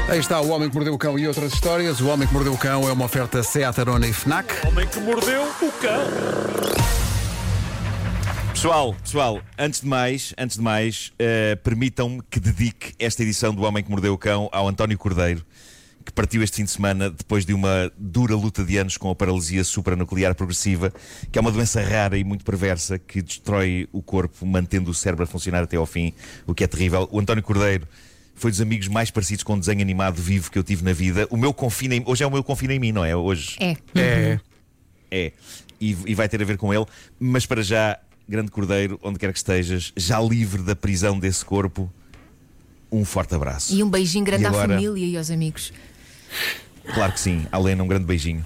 Aí está O Homem que Mordeu o Cão e outras histórias. O Homem que Mordeu o Cão é uma oferta Seat Arona e Fnac. O Homem que Mordeu o Cão. Pessoal, antes de mais, permitam-me que dedique esta edição do Homem que Mordeu o Cão ao António Cordeiro, que partiu este fim de semana depois de uma dura luta de anos com a paralisia supranuclear progressiva, que é uma doença rara e muito perversa que destrói o corpo, mantendo o cérebro a funcionar até ao fim, o que é terrível. O António Cordeiro foi dos amigos mais parecidos com um desenho animado vivo que eu tive na vida. O meu confina em... Hoje é o meu confina em mim, não é? Hoje. É. E vai ter a ver com ele. Mas para já, grande Cordeiro, onde quer que estejas, já livre da prisão desse corpo, um forte abraço. E um beijinho grande E agora... à família e aos amigos. Claro que sim. A Lena, um grande beijinho.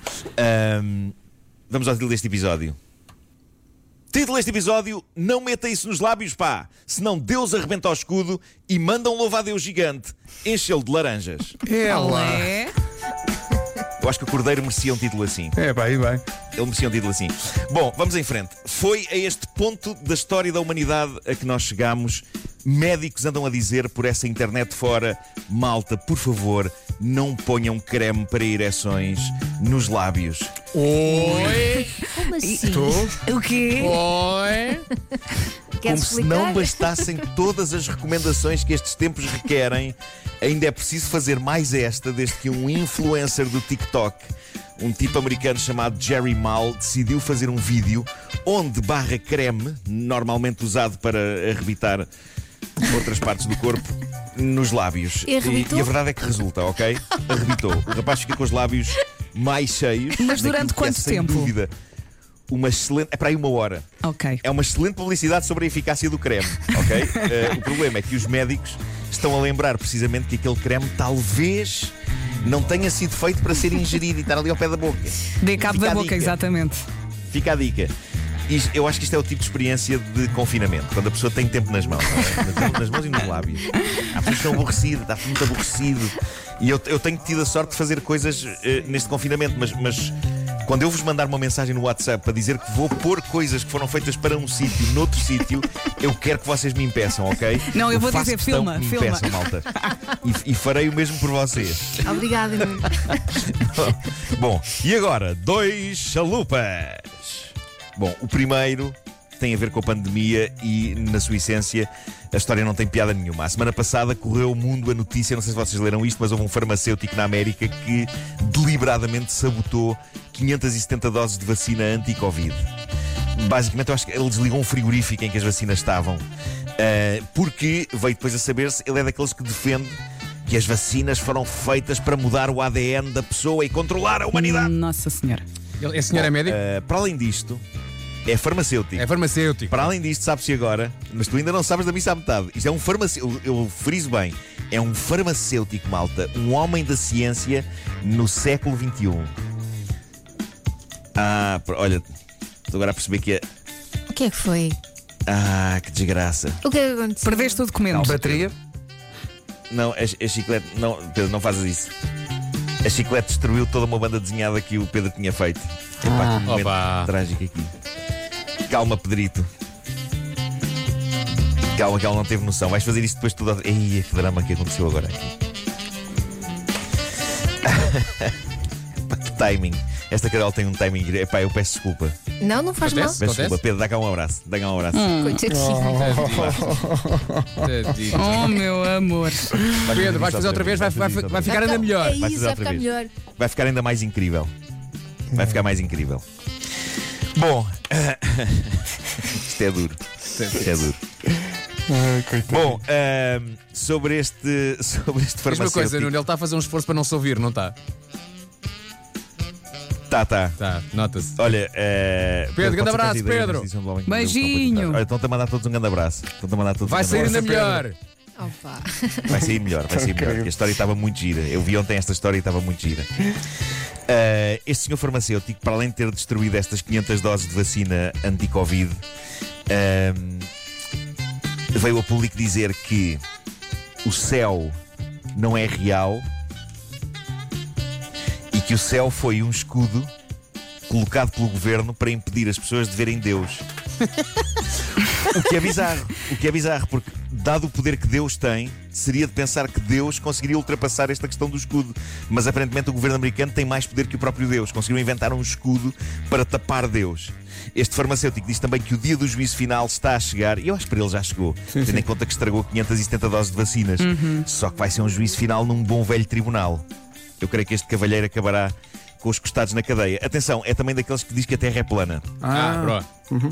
Vamos ao título deste episódio. Título deste episódio: não meta isso nos lábios, pá, senão Deus arrebenta ao escudo e manda um louva-a-Deus gigante, enche-lo de laranjas. Olé. Eu acho que o Cordeiro merecia um título assim. É, bem. Ele merecia um título assim. Bom, vamos em frente. Foi a este ponto da história da humanidade a que nós chegamos. Médicos andam a dizer por essa internet fora: malta, por favor, não ponham creme para ereções nos lábios. Oi! Como assim? O quê? Oi? Como se não bastassem todas as recomendações que estes tempos requerem, ainda é preciso fazer mais esta, desde que um influencer do TikTok, um tipo americano chamado Jerry Mal, decidiu fazer um vídeo onde barra creme, normalmente usado para arrebitar outras partes do corpo, nos lábios. E arrebitou? E a verdade é que resulta, ok? Arrebitou. O rapaz fica com os lábios mais cheios. Mas durante daquilo que é, quanto sem tempo? dúvida, uma excelente... É para aí 1 hora. Ok. É uma excelente publicidade sobre a eficácia do creme, ok? O problema é que os médicos estão a lembrar precisamente que aquele creme talvez não tenha sido feito para ser ingerido e estar ali ao pé da boca. Dê cabo Fica da a boca, dica. exatamente. Fica a dica. Eu acho que isto é o tipo de experiência de confinamento, quando a pessoa tem tempo nas mãos, não é? Nas mãos e nos lábios. Há pessoas que estão aborrecidas, está muito aborrecido. E eu tenho tido a sorte de fazer coisas neste confinamento, mas quando eu vos mandar uma mensagem no WhatsApp para dizer que vou pôr coisas que foram feitas para um sítio, noutro sítio, eu quero que vocês me impeçam, ok? Não, eu vou faço dizer, questão filma, que me filma. impeçam, malta. E farei o mesmo por vocês. Obrigada, Nuno. Bom, e agora, 2 chalupas. Bom, o primeiro tem a ver com a pandemia e, na sua essência, a história não tem piada nenhuma. A semana passada correu o mundo a notícia, não sei se vocês leram isto, mas houve um farmacêutico na América que deliberadamente sabotou 570 doses de vacina anti-Covid. Basicamente, eu acho que ele desligou um frigorífico em que as vacinas estavam. Porque, veio depois a saber-se, ele é daqueles que defende que as vacinas foram feitas para mudar o ADN da pessoa e controlar a humanidade. Nossa Senhora. Esse senhor é médico? Para além disto, é farmacêutico. É farmacêutico. Para além disto, sabe-se agora, mas tu ainda não sabes da missa à metade. Isto é um farmacêutico, eu friso bem, é um farmacêutico, malta, um homem da ciência no século XXI. Olha, estou agora a perceber que é. O que é que foi? Que desgraça. O que é que aconteceu? Perdeste o documento. Bateria? Não, a chiclete. Não, Pedro, não fazes isso. A chiclete destruiu toda uma banda desenhada que o Pedro tinha feito. Epá, que momento Opa. trágico aqui. Calma, Pedrito. Calma, que ela não teve noção. Vais fazer isto depois tudo. Ei, que drama que aconteceu agora aqui. Pá, que timing. Esta Carol tem um timing. Epá, eu peço desculpa. Não faz mal. Acontece? Peço desculpa. Pedro, dá cá um abraço. Dá cá um abraço. Coitadinho. Oh, meu amor. Pedro, vais fazer outra vez, vai ficar ainda melhor. É Vai isso, fazer vai outra ficar vez. melhor. Vai ficar ainda mais incrível. Vai ficar mais incrível. Bom, isto é duro. Isto é duro. Bom, sobre este farmacêutico. Mesma coisa, Nuno, ele está a fazer um esforço para não se ouvir, não está? Tá. Tá, nota-se. Olha, Pedro, grande pode ser abraço, que as ideias Pedro. da edição do Homem que Beijinho. Mordeu o Cão. Olha, estão-te a mandar todos um grande abraço. Vai sair ainda melhor. Opa. Vai sair melhor, porque a história estava muito gira. Eu vi ontem esta história e estava muito gira. Este senhor farmacêutico, para além de ter destruído estas 500 doses de vacina anti-Covid, veio ao público dizer que o céu não é real e que o céu foi um escudo colocado pelo governo para impedir as pessoas de verem Deus. O que é bizarro, porque dado o poder que Deus tem, seria de pensar que Deus conseguiria ultrapassar esta questão do escudo. Mas aparentemente o governo americano tem mais poder que o próprio Deus. Conseguiram inventar um escudo para tapar Deus. Este farmacêutico diz também que o dia do juízo final está a chegar, e eu acho que para ele já chegou, tendo em conta que estragou 570 doses de vacinas. Só que vai ser um juízo final num bom velho tribunal. Eu creio que este cavalheiro acabará com os costados na cadeia. Atenção, é também daqueles que diz que a Terra é plana. Bro.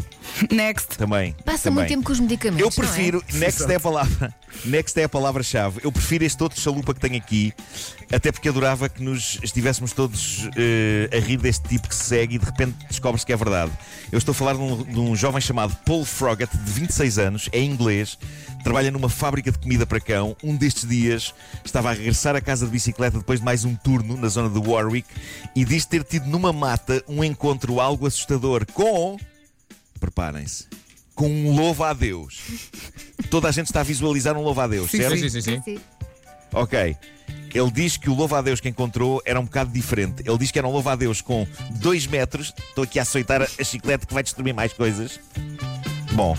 Next. Também. Passa também. muito tempo com os medicamentos. Eu prefiro, next é a palavra. Next é a palavra-chave. Eu prefiro este outro chalupa que tenho aqui, até porque adorava que nos estivéssemos todos a rir deste tipo que se segue e de repente descobre-se que é verdade. Eu estou a falar de um jovem chamado Paul Froggatt, de 26 anos, é inglês, trabalha numa fábrica de comida para cão. Um destes dias estava a regressar a casa de bicicleta depois de mais um turno na zona de Warwick e diz ter tido numa mata um encontro algo assustador com... Preparem-se. Com um louva-a-Deus. Toda a gente está a visualizar um louva-a-Deus, certo? Sim. Ok. Ele diz que o louva-a-Deus que encontrou era um bocado diferente. Ele diz que era um louva-a-Deus com 2 metros. Estou aqui a açoitar a chiclete que vai destruir mais coisas. Bom,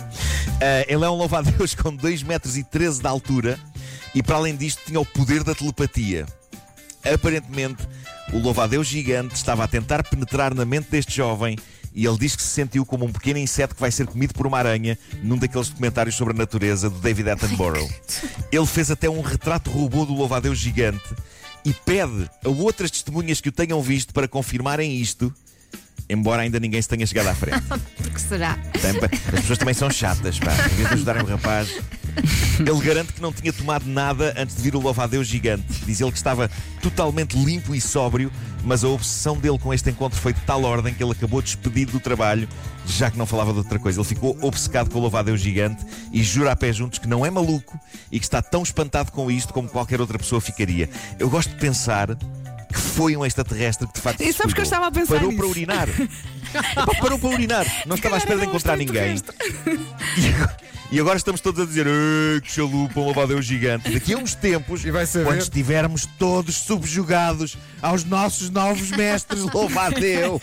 ele é um louva-a-Deus com 2 metros e 13 de altura e para além disto tinha o poder da telepatia. Aparentemente, o louva-a-Deus gigante estava a tentar penetrar na mente deste jovem e ele diz que se sentiu como um pequeno inseto que vai ser comido por uma aranha num daqueles documentários sobre a natureza do David Attenborough. Ele fez até um retrato robô do louva-a-Deus gigante e pede a outras testemunhas que o tenham visto para confirmarem isto, embora ainda ninguém se tenha chegado à frente. Por que será? As pessoas também são chatas, pá. Em vez de ajudarem o rapaz. Ele garante que não tinha tomado nada antes de vir o louva-a-Deus gigante. Diz ele que estava totalmente limpo e sóbrio, mas a obsessão dele com este encontro foi de tal ordem que ele acabou despedido do trabalho, já que não falava de outra coisa. Ele ficou obcecado com o louva-a-Deus gigante e jura a pé juntos que não é maluco e que está tão espantado com isto como qualquer outra pessoa ficaria. Eu gosto de pensar que foi um extraterrestre que de facto E sabes que eu estava a pensar parou nisso. para urinar. Epá, parou para urinar. Não estava à espera de encontrar ninguém. E agora estamos todos a dizer que chalupa, um louva-a-Deus gigante. Daqui a uns tempos, E vai saber. quando estivermos todos subjugados aos nossos novos mestres, louva-a-Deus,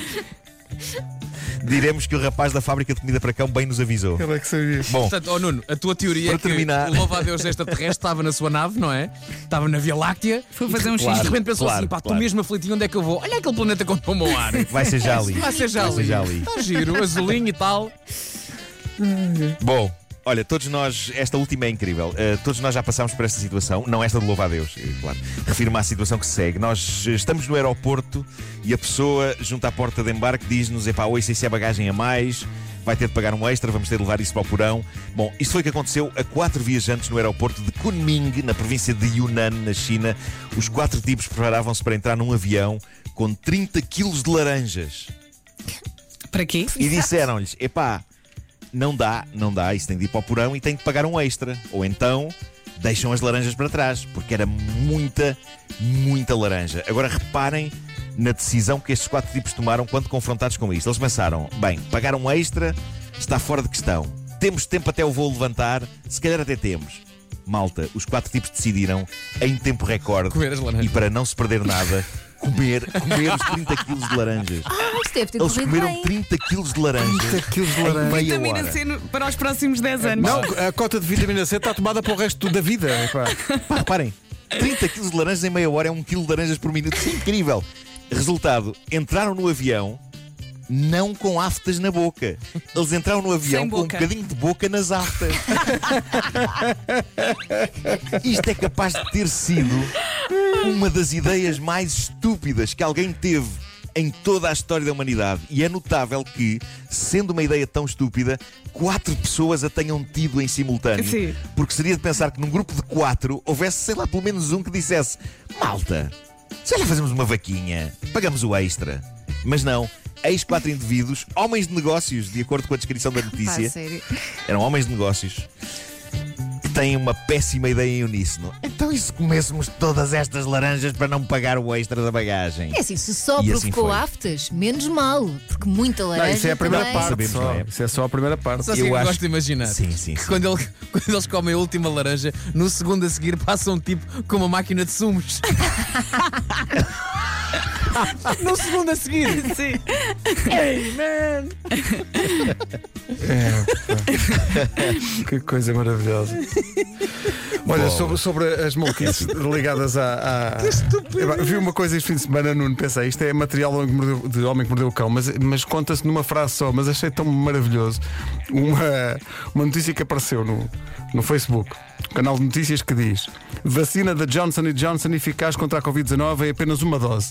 diremos que o rapaz da fábrica de comida para cão bem nos avisou. Ele é que sabia. Bom, Portanto, Nuno, a tua teoria Para é que terminar- o louva-a-Deus extraterrestre estava na sua nave, não é? Estava na Via Láctea. Foi fazer um E xixi. de repente pensou Claro, assim: pá, estou claro. mesmo aflito, e onde é que eu vou? Olha aquele planeta com o meu ar. vai ser já ali. Vai ser já Vai ser já ali. Está giro, azulinho e tal. Bom, olha, todos nós, esta última é incrível. Todos nós já passámos por esta situação, não esta de louva-a-Deus, claro. Refiro-me à situação que se segue. Nós estamos no aeroporto e a pessoa junto à porta de embarque diz-nos: epá, oi, se é bagagem a mais, vai ter de pagar um extra, vamos ter de levar isso para o porão. Bom, isto foi o que aconteceu a 4 viajantes no aeroporto de Kunming, na província de Yunnan, na China. Os 4 tipos preparavam-se para entrar num avião com 30 quilos de laranjas. Para quê? E disseram-lhes: epá, não dá, isso tem de ir para o porão e tem de pagar um extra. Ou então deixam as laranjas para trás, porque era muita laranja. Agora reparem na decisão que estes 4 tipos tomaram quando confrontados com isto. Eles pensaram: bem, pagar um extra está fora de questão. Temos tempo até o voo levantar, se calhar até temos. Malta, os 4 tipos decidiram, em tempo recorde, Comer as laranjas. e para não se perder nada, comer os 30 quilos de laranjas. Isto deve ter Eles corrido comeram bem. 30 quilos de laranja 30 quilos de em laranja. meia Vitamina hora. C para os próximos 10 anos. Não, a cota de vitamina C está tomada para o resto da vida. Epá. Pá, reparem, 30 quilos de laranjas em meia hora é 1 quilo de laranjas por minuto. Isso é incrível. Resultado, entraram no avião não com aftas na boca. Eles entraram no avião Sem com um boca. bocadinho de boca nas aftas. Isto é capaz de ter sido uma das ideias mais estúpidas que alguém teve em toda a história da humanidade. E é notável que, sendo uma ideia tão estúpida, 4 pessoas a tenham tido em simultâneo. Sim. Porque seria de pensar que num grupo de 4 houvesse, sei lá, pelo menos um que dissesse: malta, se olha, fazemos uma vaquinha, pagamos o extra. Mas não, eis 4 indivíduos, homens de negócios, de acordo com a descrição da Pá, notícia. sério. Eram homens de negócios que têm uma péssima ideia em uníssono. Então e se comêssemos todas estas laranjas para não pagar o extra da bagagem? É assim, se só E assim provocou foi. aftas, menos mal. Porque muita laranja. Não, isso é a primeira também. parte. Sabemos, Só. não é? Isso é só a primeira parte. Só assim Eu que eu acho- gosto de imaginar. Sim, sim, Que sim. quando eles comem a última laranja, no segundo a seguir passa um tipo com uma máquina de sumos. No segundo a seguir. Sim. Hey, man! Que coisa maravilhosa. Olha, sobre as maluquices ligadas à. Epá, vi uma coisa este fim de semana, Nuno. Pensei, isto é material de Homem que Mordeu o Cão, mas conta-se numa frase só. Mas achei tão maravilhoso uma notícia que apareceu no Facebook, canal de notícias, que diz: vacina da Johnson & Johnson eficaz contra a Covid-19 é apenas uma dose.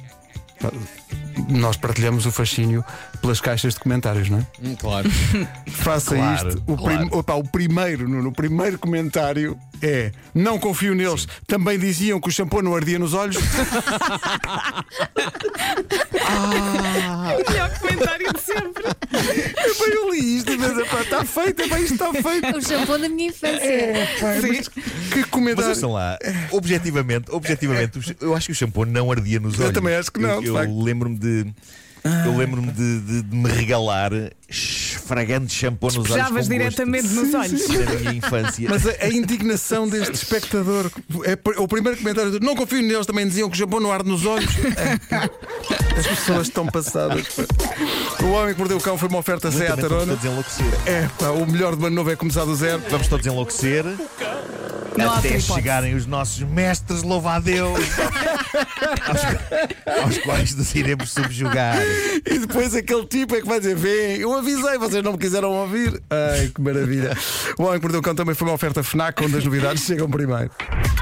Nós partilhamos o fascínio pelas caixas de comentários, não é? Claro. Faça Claro, isto. claro. O primeiro comentário é: não confio neles. Também diziam que o shampoo não ardia nos olhos. O melhor comentário de sempre. Eu li isto e pensei, está feito, isto está feito. O shampoo da minha infância. Mas que Mas comentário. ouçam lá, objetivamente, eu acho que o shampoo não ardia nos olhos. também acho que não, de Eu facto. lembro-me de me regalar esfregando shampoo nos olhos. Despejavas com gosto. diretamente nos olhos. Da minha infância. Mas a indignação deste espectador é o primeiro comentário: não confio neles, também diziam que o shampoo não arde nos olhos. As pessoas estão passadas. O Homem que Mordeu o Cão foi uma oferta Seat Lentamente vamos Arona. todos enlouquecer. O melhor de ano novo é começar do zero. Vamos todos enlouquecer. Não há até outra hipótese. chegarem os nossos mestres, louva a Deus, aos quais nos iremos subjugar. E depois aquele tipo é que vai dizer: vem, eu avisei, vocês não me quiseram ouvir. Ai, que maravilha. O Homem que Mordeu o Cão também foi uma oferta FNAC, onde as novidades chegam primeiro.